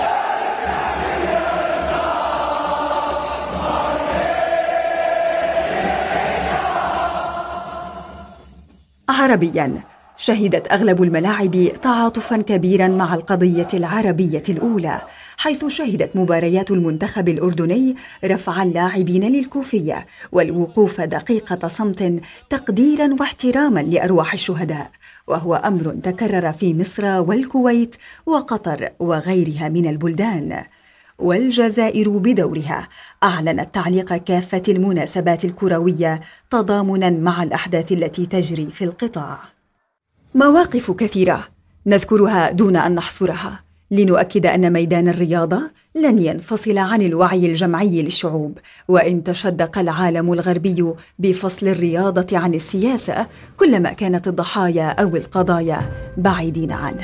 عربياً، شهدت أغلب الملاعب تعاطفاً كبيراً مع القضية العربية الأولى، حيث شهدت مباريات المنتخب الأردني رفع اللاعبين للكوفية والوقوف دقيقة صمت تقديراً واحتراماً لأرواح الشهداء، وهو أمر تكرر في مصر والكويت وقطر وغيرها من البلدان. والجزائر بدورها أعلنت تعليق كافة المناسبات الكروية تضامناً مع الأحداث التي تجري في القطاع. مواقف كثيرة نذكرها دون أن نحصرها، لنؤكد أن ميدان الرياضة لن ينفصل عن الوعي الجمعي للشعوب، وإن تشدق العالم الغربي بفصل الرياضة عن السياسة كلما كانت الضحايا أو القضايا بعيدين عنه.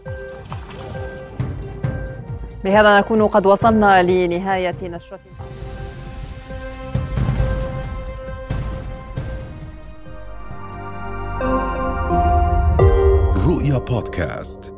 بهذا نكون قد وصلنا لنهاية نشرتنا. رؤيا بودكاست.